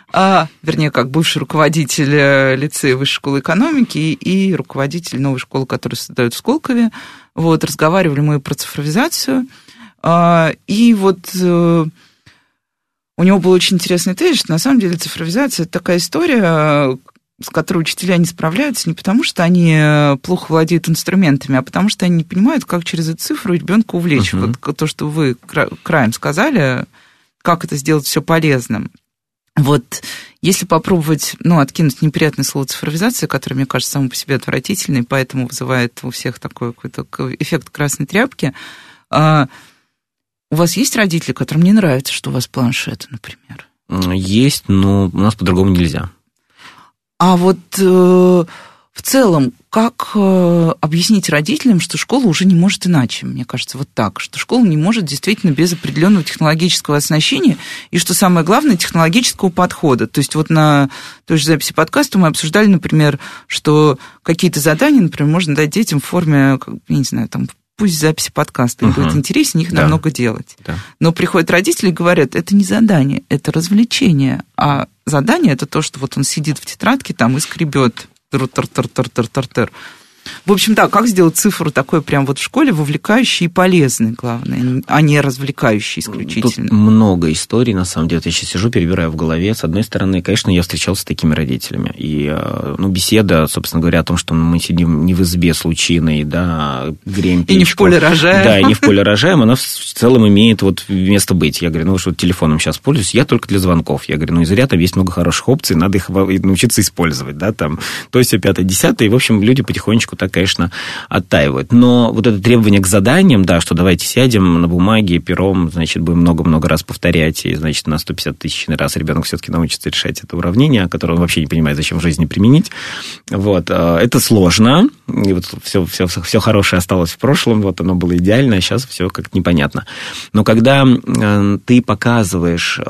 как бывший руководитель лицея Высшей школы экономики и руководитель новой школы, которую создают в Сколково. Вот, разговаривали мы про цифровизацию, и вот... У него был очень интересный тезис, что на самом деле цифровизация – это такая история, с которой учителя не справляются не потому, что они плохо владеют инструментами, а потому что они не понимают, как через эту цифру ребенка увлечь. Вот то, что вы краем сказали, как это сделать все полезным. Вот если попробовать, откинуть неприятное слово цифровизация, которое, мне кажется, само по себе отвратительное, и поэтому вызывает у всех такой какой-то эффект красной тряпки, у вас есть родители, которым не нравится, что у вас планшеты, например? Есть, но у нас по-другому нельзя. А вот в целом, как объяснить родителям, что школа уже не может иначе? Мне кажется, вот так, что школа не может действительно без определенного технологического оснащения и, что самое главное, технологического подхода. То есть вот на той же записи подкаста мы обсуждали, например, что какие-то задания, например, можно дать детям в форме, я не знаю, там, пусть записи подкаста, им будет интереснее их намного делать. Да. Но приходят родители и говорят, это не задание, это развлечение, а задание это то, что вот он сидит в тетрадке там и скребет. Тар-тар-тар-тар-тар-тар. В общем, да, как сделать цифру такой прям вот в школе вовлекающей и полезной, главное, а не развлекающей исключительно. Тут много историй, на самом деле. Я сейчас сижу, перебираю в голове. С одной стороны, конечно, я встречался с такими родителями. И беседа, собственно говоря, о том, что мы сидим не в избе с лучиной, да, греем печку. И не в поле рожаем. Да, и не в поле рожаем, она в целом имеет вот место быть. Я говорю, вот телефоном сейчас пользуюсь, я только для звонков. Я говорю, и зря, там есть много хороших опций, надо их научиться использовать, да, там, то есть 5, 10, и, в общем, люди потихонечку так, конечно, оттаивают. Но вот это требование к заданиям, да, что давайте сядем на бумаге, пером, значит, будем много-много раз повторять, и, значит, на 150 тысячный раз ребенок все-таки научится решать это уравнение, которое он вообще не понимает, зачем в жизни применить. Вот. Это сложно, и вот все хорошее осталось в прошлом, вот оно было идеально, а сейчас все как-то непонятно. Но когда ты показываешь,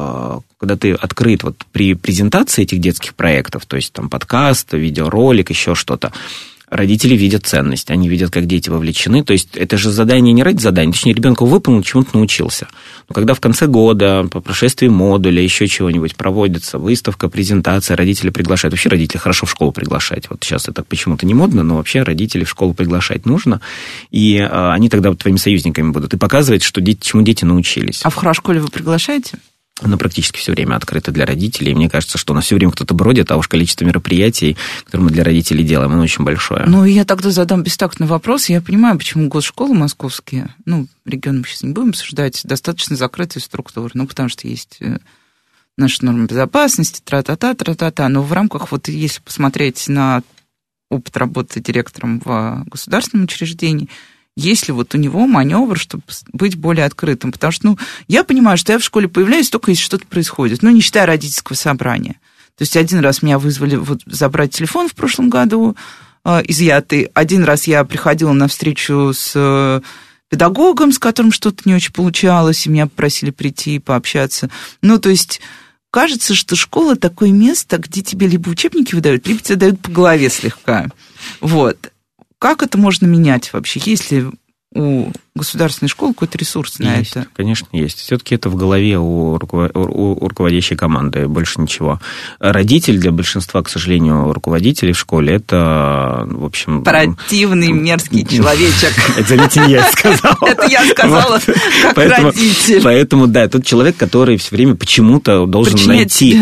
когда ты открыт вот при презентации этих детских проектов, то есть там подкаст, видеоролик, еще что-то, родители видят ценность, они видят, как дети вовлечены. То есть это же задание не ради задания, точнее, ребенок его выполнил, чему-то научился. Но когда в конце года, по прошествии модуля, еще чего-нибудь проводится, выставка, презентация, родители приглашают. Вообще родители хорошо в школу приглашать. Вот сейчас это почему-то не модно, но вообще родителей в школу приглашать нужно. И они тогда твоими союзниками будут. И показывать, что чему дети научились. А в хорошколе вы приглашаете? Она практически все время открыта для родителей. И мне кажется, что у нас все время кто-то бродит, а уж количество мероприятий, которые мы для родителей делаем, оно очень большое. Ну, я тогда задам бестактный вопрос. Я понимаю, почему госшколы московские, регион мы сейчас не будем обсуждать, достаточно закрытые структуры. Потому что есть наши нормы безопасности, тра-та-та. Но в рамках, вот если посмотреть на опыт работы директором в государственном учреждении, есть ли вот у него маневр, чтобы быть более открытым? Потому что, я понимаю, что я в школе появляюсь только если что-то происходит, не считая родительского собрания. То есть один раз меня вызвали забрать телефон в прошлом году, изъятый. Один раз я приходила на встречу с педагогом, с которым что-то не очень получалось, и меня попросили прийти и пообщаться. То есть кажется, что школа такое место, где тебе либо учебники выдают, либо тебе дают по голове слегка. Вот. Как это можно менять вообще? Есть ли у государственной школы какой-то ресурс на это? Конечно, есть. Все-таки это в голове у руководящей команды, больше ничего. Родитель для большинства, к сожалению, руководителей в школе, это, в общем... Противный, мерзкий человечек. Это, заметьте, не я сказал. Это я сказала, как родитель. Поэтому, да, тот человек, который все время почему-то должен найти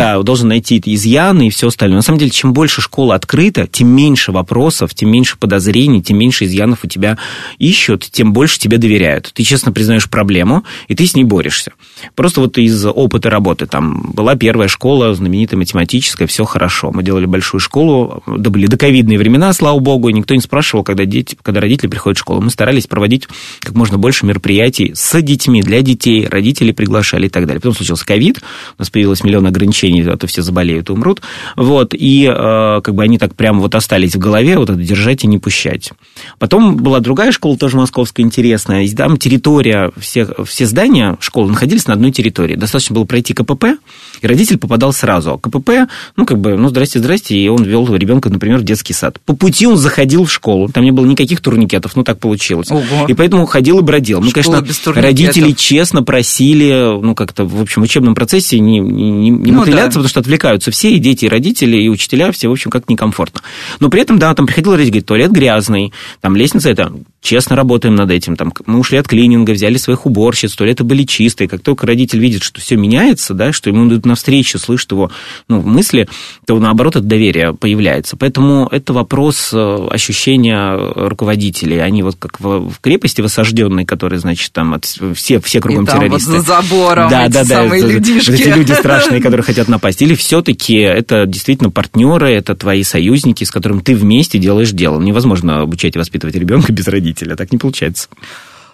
изъяны и все остальное. На самом деле, чем больше школа открыта, тем меньше вопросов, тем меньше подозрений, тем меньше изъянов у тебя ищут, тем больше тебе доверяют. Ты честно признаешь проблему, и ты с ней борешься. Просто вот из опыта работы. Там была первая школа, знаменитая математическая, все хорошо. Мы делали большую школу, да были доковидные времена, слава богу, и никто не спрашивал, когда родители приходят в школу. Мы старались проводить как можно больше мероприятий с детьми, для детей, родителей приглашали и так далее. Потом случился ковид, у нас появилось миллион ограничений, а то все заболеют и умрут. Вот, и они так прям вот остались в голове, вот это держать и не пущать. Потом была другая школа, тоже московская, интересная. И там территория, все здания школы находились на одной территории. Достаточно было пройти КПП, и родитель попадал сразу. А КПП, здрасте, и он вел ребенка, например, в детский сад. По пути он заходил в школу, там не было никаких турникетов, так получилось. Ого. И поэтому ходил и бродил. Мы, конечно, родители честно просили, в общем, в учебном процессе не мотыляться, потому что отвлекаются все, и дети, и родители, и учителя, все, в общем, как-то некомфортно. Но при этом, да, там приходил родитель, говорит, туалет грязный, там лестница, это честно работаем над этим. Там, мы ушли от клининга, взяли своих уборщиц, туалеты были чистые. Как только родитель видит, что все меняется, да, что ему идут навстречу, слышит его мысли, то, наоборот, это доверие появляется. Поэтому это вопрос ощущения руководителей. Они вот как в крепости высажденной, которые, значит, там все кругом и там террористы. Вот за забором самые людишки. Эти люди страшные, которые хотят напасть. Или все-таки это действительно партнеры, это твои союзники, с которыми ты вместе делаешь дело. Невозможно обучать и воспитывать ребенка без родителя. Так не получается.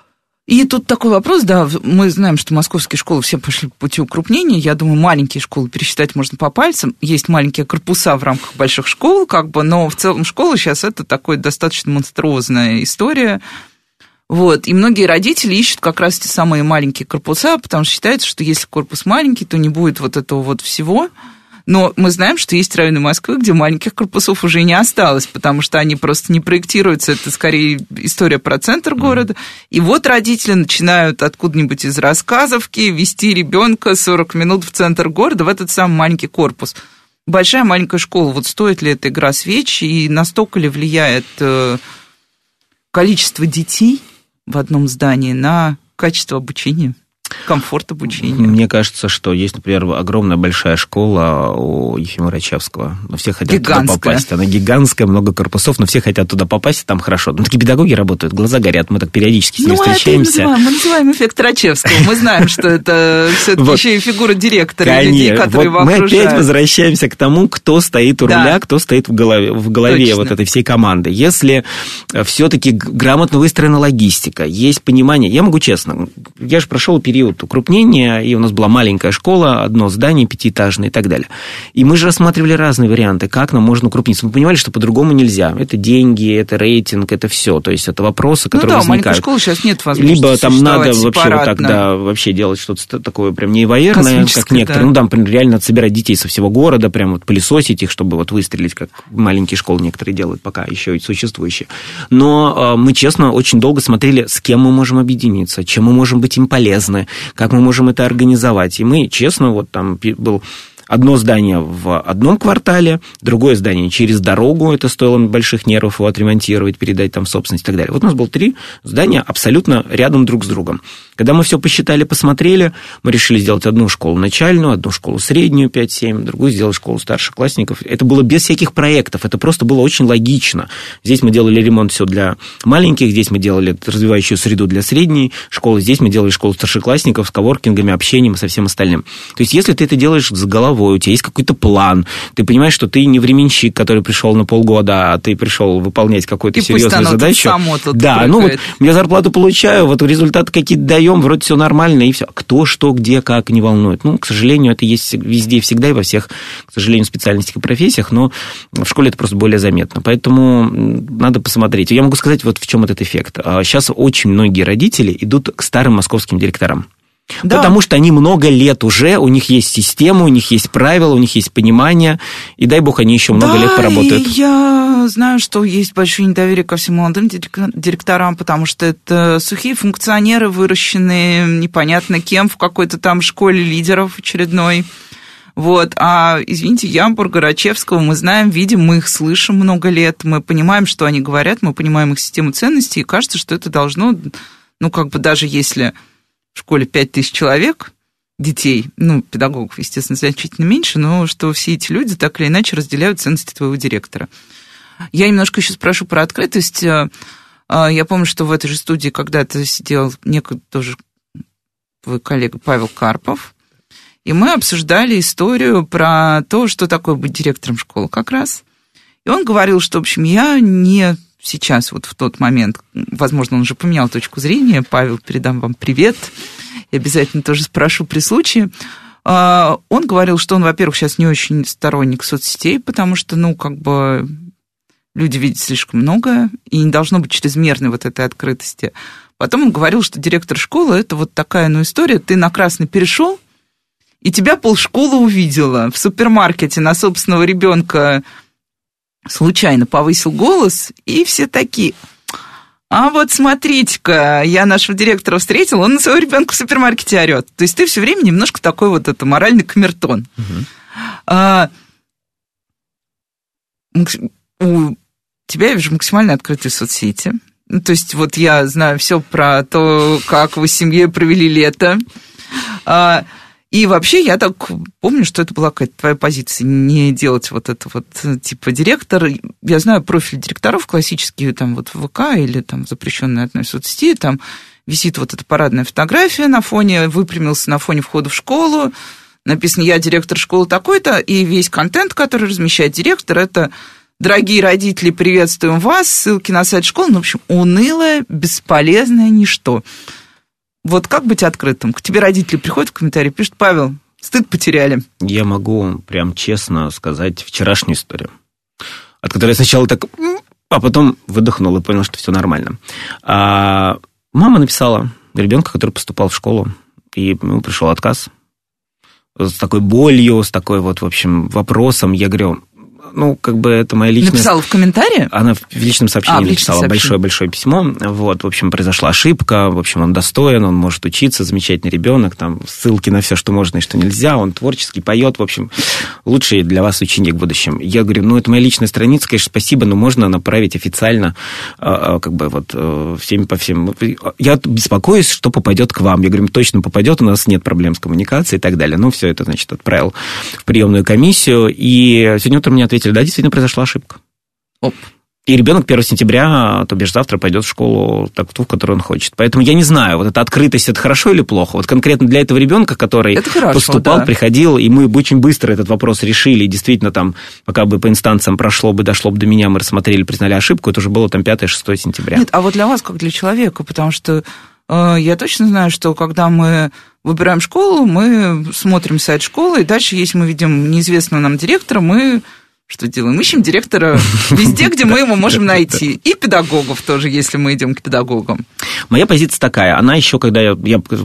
И тут такой вопрос, да, мы знаем, что московские школы все пошли по пути укрупнения, я думаю, маленькие школы пересчитать можно по пальцам, есть маленькие корпуса в рамках больших школ, как бы, но в целом школа сейчас это такой достаточно монструозная история, вот, и многие родители ищут как раз те самые маленькие корпуса, потому что считается, что если корпус маленький, то не будет вот этого вот всего. Но мы знаем, что есть районы Москвы, где маленьких корпусов уже не осталось, потому что они просто не проектируются. Это скорее история про центр города. И вот родители начинают откуда-нибудь из Рассказовки вести ребенка 40 минут в центр города в этот самый маленький корпус. Большая маленькая школа. Вот стоит ли эта игра свеч, и настолько ли влияет количество детей в одном здании на качество обучения? Комфорт обучения. Мне кажется, что есть, например, огромная большая школа у Ефима Рачевского, но все хотят туда попасть. Она гигантская, много корпусов, но все хотят туда попасть, и там хорошо. Ну, такие педагоги работают, глаза горят, мы так периодически с ними встречаемся. Мы называем эффект Рачевского. Мы знаем, что это все-таки еще и фигура директора, и людей, которые его окружают. Мы опять возвращаемся к тому, кто стоит у руля, кто стоит в голове вот этой всей команды. Если все-таки грамотно выстроена логистика, есть понимание, я могу честно, я же прошел период укрупнения, и у нас была маленькая школа, одно здание, 5-этажное и так далее. И мы же рассматривали разные варианты, как нам можно укрупниться. Мы понимали, что по-другому нельзя. Это деньги, это рейтинг, это все. То есть это вопросы, которые возникают. Маленькой школы сейчас нет возможности. Либо там надо вообще вот тогда вообще делать что-то такое прям неимоверное, как некоторые. Да. Ну, там реально надо собирать детей со всего города, прям вот пылесосить их, чтобы вот выстрелить, как маленькие школы некоторые делают, пока еще и существующие. Но мы, честно, очень долго смотрели, с кем мы можем объединиться, чем мы можем быть им полезны, как мы можем это организовать. И мы, честно, вот там был одно здание в одном квартале, другое здание через дорогу, это стоило больших нервов его отремонтировать, передать там собственность и так далее. Вот у нас было 3 здания абсолютно рядом друг с другом. Когда мы все посчитали, посмотрели, мы решили сделать одну школу начальную, одну школу среднюю 5-7, другую сделать школу старшеклассников. Это было без всяких проектов, это просто было очень логично. Здесь мы делали ремонт все для маленьких, здесь мы делали развивающую среду для средней школы, здесь мы делали школу старшеклассников с коворкингами, общением и со всем остальным. То есть, если ты это делаешь с головой, у тебя есть какой-то план, ты понимаешь, что ты не временщик, который пришел на полгода, а ты пришел выполнять какую-то серьезную задачу. Да, ну вот я зарплату получаю, вот результаты какие-то даем, вроде все нормально, и все. Кто, что, где, как, не волнует. Ну, к сожалению, это есть везде и всегда, и во всех, к сожалению, специальностях и профессиях, но в школе это просто более заметно. Поэтому надо посмотреть. Я могу сказать, вот в чем этот эффект. Сейчас очень многие родители идут к старым московским директорам. Да. Потому что они много лет уже, у них есть система, у них есть правила, у них есть понимание, и дай бог, они еще много лет поработают. И я знаю, что есть большое недоверие ко всем молодым директорам, потому что это сухие функционеры, выращенные непонятно кем в какой-то там школе лидеров очередной. Вот. А, извините, Ямбурга, Рачевского мы знаем, видим, мы их слышим много лет, мы понимаем, что они говорят, мы понимаем их систему ценностей, и кажется, что это должно, ну, как бы даже если в школе 5000 человек, детей, ну, педагогов, естественно, значительно меньше, но что все эти люди так или иначе разделяют ценности твоего директора. Я немножко еще спрошу про открытость. Я помню, что в этой же студии когда-то сидел некий тоже твой коллега Павел Карпов, и мы обсуждали историю про то, что такое быть директором школы как раз. И он говорил, что, в общем, я не... Сейчас, вот в тот момент, возможно, он уже поменял точку зрения. Павел, передам вам привет. Я обязательно тоже спрошу при случае. Он говорил, что он, во-первых, сейчас не очень сторонник соцсетей, потому что, ну, как бы люди видят слишком много, и не должно быть чрезмерной вот этой открытости. Потом он говорил, что директор школы – это вот такая, ну, история. Ты на красный перешел, и тебя полшколы увидела. В супермаркете на собственного ребенка случайно повысил голос, и все такие: а вот смотрите-ка, я нашего директора встретил, он на своего ребенка в супермаркете орет. То есть ты все время немножко такой вот это моральный камертон. У тебя, я вижу, максимально открытые соцсети. Ну, то есть вот я знаю все про то, как вы с семьей провели лето. И вообще, я так помню, что это была какая-то твоя позиция, не делать вот это вот, типа, директор. Я знаю профиль директоров классические, там, вот в ВК или там в запрещенной одной соцсети, там висит вот эта парадная фотография на фоне, выпрямился на фоне входа в школу, написано «Я директор школы такой-то», и весь контент, который размещает директор, это «Дорогие родители, приветствуем вас», ссылки на сайт школы, ну, в общем, унылое, бесполезное ничто. Вот как быть открытым? К тебе родители приходят в комментарии, пишут: Павел, стыд потеряли. Я могу прям честно сказать вчерашнюю историю, от которой я сначала так... А потом выдохнул и понял, что все нормально. Мама написала ребенка, который поступал в школу, и ему пришел отказ с такой болью, с такой вот, в общем, вопросом. Я говорю, это моя личная... Написала в комментарии? Она в личном сообщении написала большое-большое письмо. Вот, в общем, произошла ошибка. В общем, он достоин, он может учиться, замечательный ребенок, там ссылки на все, что можно и что нельзя. Он творческий, поет, в общем, лучший для вас ученик в будущем. Я говорю, это моя личная страница, конечно, спасибо, но можно направить официально, всем по всем. Я беспокоюсь, что попадет к вам. Я говорю, точно попадет, у нас нет проблем с коммуникацией и так далее. Все это, значит, отправил в приемную комиссию. И сегодня утром мне ответили, да, действительно произошла ошибка. И ребенок 1 сентября, то бишь завтра, пойдет в школу, ту, в которую он хочет. Поэтому я не знаю, вот эта открытость, это хорошо или плохо? Вот конкретно для этого ребенка, который поступал, приходил, и мы очень быстро этот вопрос решили, и действительно там, пока бы по инстанциям дошло бы до меня, мы рассмотрели, признали ошибку, это уже было там 5-6 сентября. Нет, а вот для вас, как для человека, потому что я точно знаю, что когда мы выбираем школу, мы смотрим сайт школы, и дальше, если мы видим неизвестного нам директора, мы... Что делаем? Ищем директора везде, где мы его можем найти. И педагогов тоже, если мы идем к педагогам. Моя позиция такая. Она еще, когда я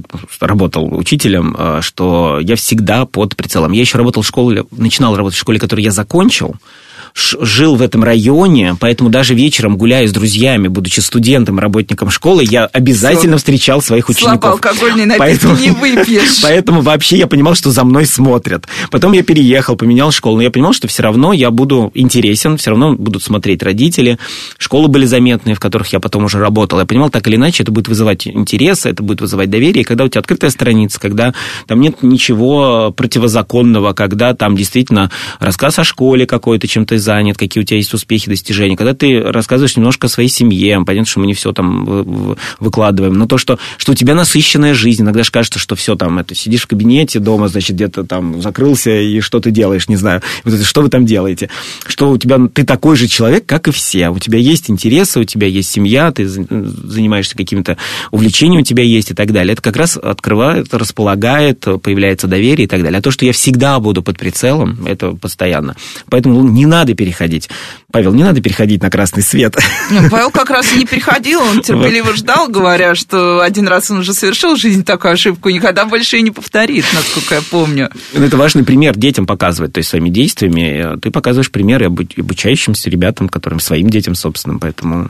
работал учителем, что я всегда под прицелом. Я еще начинал работать в школе, которую я закончил. Жил в этом районе, поэтому даже вечером, гуляя с друзьями, будучи студентом, работником школы, я обязательно встречал своих учеников. Слабоалкогольный напиток не выпьешь. Поэтому вообще я понимал, что за мной смотрят. Потом я переехал, поменял школу, но я понимал, что все равно я буду интересен, все равно будут смотреть родители. Школы были заметные, в которых я потом уже работал. Я понимал, так или иначе, это будет вызывать интерес, это будет вызывать доверие. И когда у тебя открытая страница, когда там нет ничего противозаконного, когда там действительно рассказ о школе какой-то, чем-то занят, какие у тебя есть успехи, достижения. Когда ты рассказываешь немножко о своей семье, понятно, что мы не все там выкладываем, но то, что у тебя насыщенная жизнь, иногда же кажется, что все там, сидишь в кабинете дома, значит, где-то там закрылся, и что ты делаешь, не знаю, что вы там делаете, что у тебя, ты такой же человек, как и все, у тебя есть интересы, у тебя есть семья, ты занимаешься какими-то увлечениями, у тебя есть и так далее. Это как раз открывает, располагает, появляется доверие и так далее. А то, что я всегда буду под прицелом, это постоянно. Поэтому не надо переходить. Павел, не надо переходить на красный свет. Павел как раз и не переходил, он терпеливо ждал, говоря, что один раз он уже совершил в жизни такую ошибку, никогда больше и не повторит, насколько я помню. Это важный пример детям показывать, то есть своими действиями ты показываешь примеры обучающимся ребятам, которым своим детям собственным, поэтому...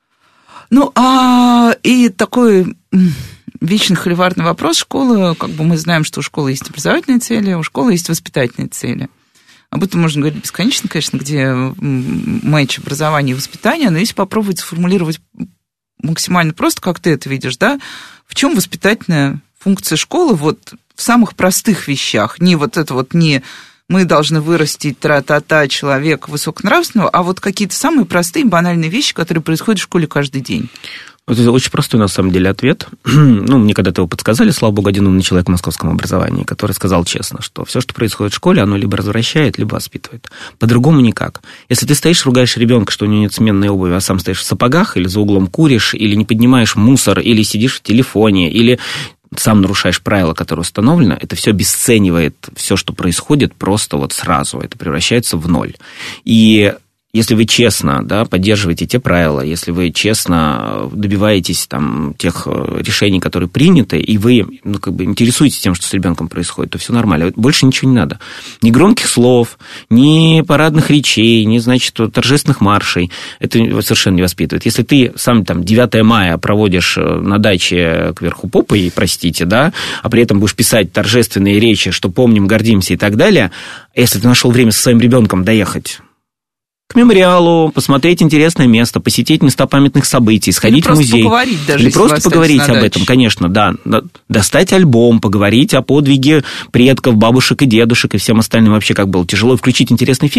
И такой вечный холиварный вопрос школы, мы знаем, что у школы есть образовательные цели, у школы есть воспитательные цели. Об этом можно говорить бесконечно, конечно, где матч образования и воспитания, но если попробовать сформулировать максимально просто, как ты это видишь, да, в чем воспитательная функция школы в самых простых вещах, не не мы должны вырастить тра-та-та человека высоконравственного, а какие-то самые простые банальные вещи, которые происходят в школе каждый день. Это очень простой, на самом деле, ответ. Мне когда-то его подсказали, слава богу, один умный человек в московском образовании, который сказал честно, что все, что происходит в школе, оно либо развращает, либо воспитывает. По-другому никак. Если ты стоишь, ругаешь ребенка, что у него нет сменной обуви, а сам стоишь в сапогах, или за углом куришь, или не поднимаешь мусор, или сидишь в телефоне, или сам нарушаешь правила, которые установлены, это все обесценивает все, что происходит, просто сразу. Это превращается в ноль. И если вы честно, поддерживаете те правила, если вы честно добиваетесь тех решений, которые приняты, и вы интересуетесь тем, что с ребенком происходит, то все нормально. Больше ничего не надо. Ни громких слов, ни парадных речей, ни, торжественных маршей. Это совершенно не воспитывает. Если ты сам 9 мая проводишь на даче кверху попой, простите, а при этом будешь писать торжественные речи, что помним, гордимся и так далее, если ты нашел время со своим ребенком доехать к мемориалу, посмотреть интересное место, посетить места памятных событий, сходить в музей. Или просто поговорить об этом, конечно, да. Достать альбом, поговорить о подвиге предков, бабушек и дедушек и всем остальным вообще как было тяжело. Включить интересный фильм,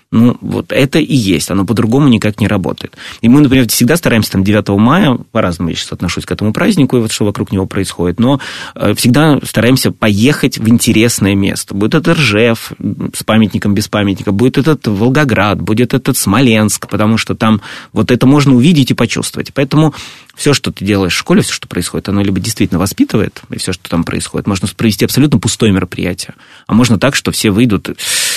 Ну, вот это и есть, оно по-другому никак не работает. И мы, например, всегда стараемся там 9 мая, по-разному я сейчас отношусь к этому празднику, и вот что вокруг него происходит, но всегда стараемся поехать в интересное место. Будет это Ржев с памятником без памятника, будет этот Волгоград, будет этот Смоленск, потому что там вот это можно увидеть и почувствовать. Поэтому все, что ты делаешь в школе, все, что происходит, оно либо действительно воспитывает, и все, что там происходит, можно провести абсолютно пустое мероприятие, а можно так, что все выйдут...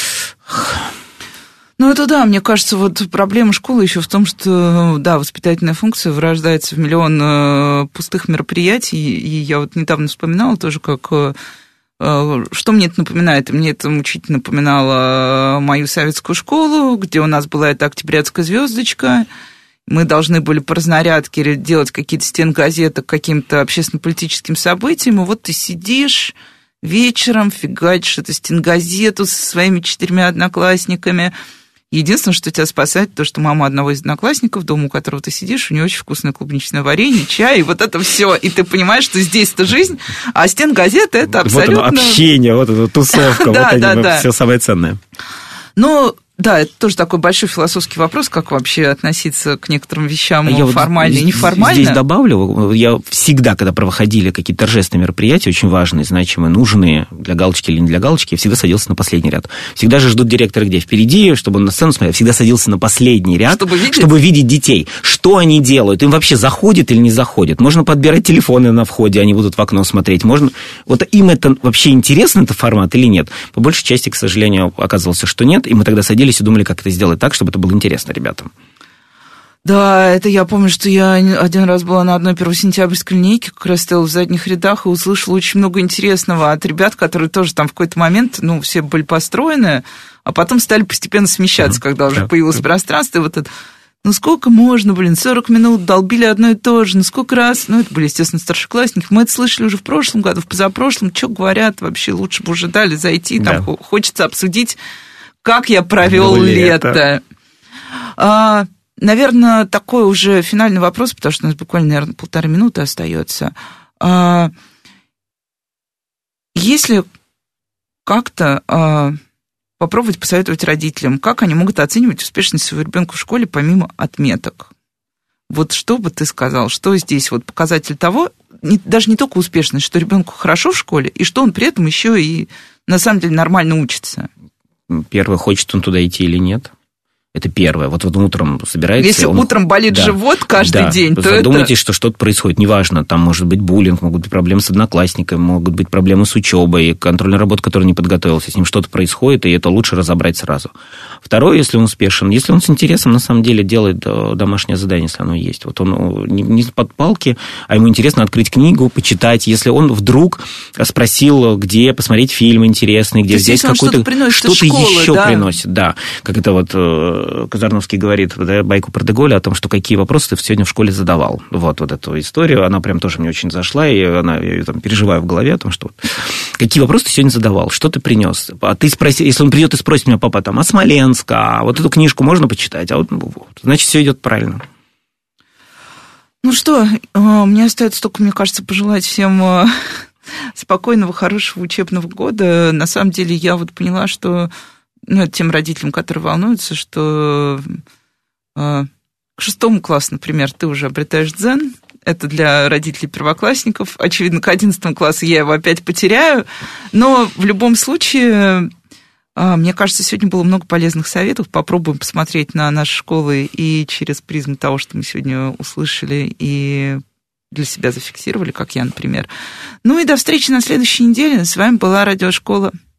Ну, это да, мне кажется, вот проблема школы еще в том, что, да, воспитательная функция вырождается в миллион пустых мероприятий, и я вот недавно вспоминала тоже, как... Что мне это напоминает? Мне это мучительно напоминало мою советскую школу, где у нас была эта октябрятская звездочка. Мы должны были по разнарядке делать какие-то стенгазеты к каким-то общественно-политическим событиям, и вот ты сидишь вечером, фигачишь эту стенгазету со своими 4 одноклассниками. Единственное, что тебя спасает, то, что мама одного из одноклассников, дома, у которого ты сидишь, у нее очень вкусное клубничное варенье, чай, и вот это все. И ты понимаешь, что здесь-то жизнь, а стенгазета это абсолютно... Вот оно, общение, вот эта тусовка, вот все самое ценное. Ну, да, это тоже такой большой философский вопрос, как вообще относиться к некоторым вещам формально и неформально. Здесь добавлю, я всегда, когда проходили какие-то торжественные мероприятия, очень важные, значимые, нужные, для галочки или не для галочки, я всегда садился на последний ряд. Всегда же ждут директора где? Впереди, чтобы он на сцену смотрел. Я всегда садился на последний ряд, чтобы видеть детей. Что они делают? Им вообще заходит или не заходит? Можно подбирать телефоны на входе, они будут в окно смотреть. Можно... Вот им это вообще интересно, этот формат, или нет? По большей части, к сожалению, оказывалось, что нет, и мы тогда садились и думали, как это сделать так, чтобы это было интересно ребятам. Да, это я помню, что я один раз была на одной первосентябрьской линейке, как раз стояла в задних рядах и услышала очень много интересного от ребят, которые тоже там в какой-то момент, ну, все были построены, а потом стали постепенно смещаться, когда уже появилось пространство, и вот это... Ну, сколько можно, 40 минут долбили одно и то же, ну, сколько раз, ну, это были, естественно, старшеклассники, мы это слышали уже в прошлом году, в позапрошлом, что говорят вообще, лучше бы уже дали зайти, там хочется обсудить, как я провел лето. Наверное, такой уже финальный вопрос, потому что у нас буквально, наверное, 1,5 минуты остается. Если как-то попробовать посоветовать родителям, как они могут оценивать успешность своего ребенка в школе помимо отметок? Вот что бы ты сказал, что здесь вот показатель того, даже не только успешность, что ребенку хорошо в школе, и что он при этом еще и на самом деле нормально учится? Первое, хочет он туда идти или нет. Это первое. Вот утром собирается... Если утром болит живот каждый день, то задумайтесь, что что-то происходит. Неважно, там может быть буллинг, могут быть проблемы с одноклассниками, могут быть проблемы с учебой, контрольная работа, которая не подготовился, с ним что-то происходит, и это лучше разобрать сразу. Второе, если он успешен, если он с интересом, на самом деле, делает домашнее задание, если оно есть. Вот он не под палки, а ему интересно открыть книгу, почитать. Если он вдруг спросил, где посмотреть фильм интересный, где взять какой-то... Что-то еще приносит, да. Как это вот... Казарновский говорит, да, байку про Де-Голля о том, что какие вопросы ты сегодня в школе задавал. Вот эту историю, она прям тоже мне очень зашла, и я ее там переживаю в голове о том, что какие вопросы ты сегодня задавал, что ты принес. А ты спроси, если он придет и спросит меня, папа, там, а Смоленск, а вот эту книжку можно почитать? А вот, значит, все идет правильно. Ну что, мне остается только, мне кажется, пожелать всем спокойного, хорошего учебного года. На самом деле, я вот поняла, что тем родителям, которые волнуются, что к 6 классу, например, ты уже обретаешь дзен. Это для родителей первоклассников. Очевидно, к 11 классу я его опять потеряю. Но в любом случае, мне кажется, сегодня было много полезных советов. Попробуем посмотреть на наши школы и через призму того, что мы сегодня услышали и для себя зафиксировали, как я, например. Ну и до встречи на следующей неделе. С вами была Радиошкола.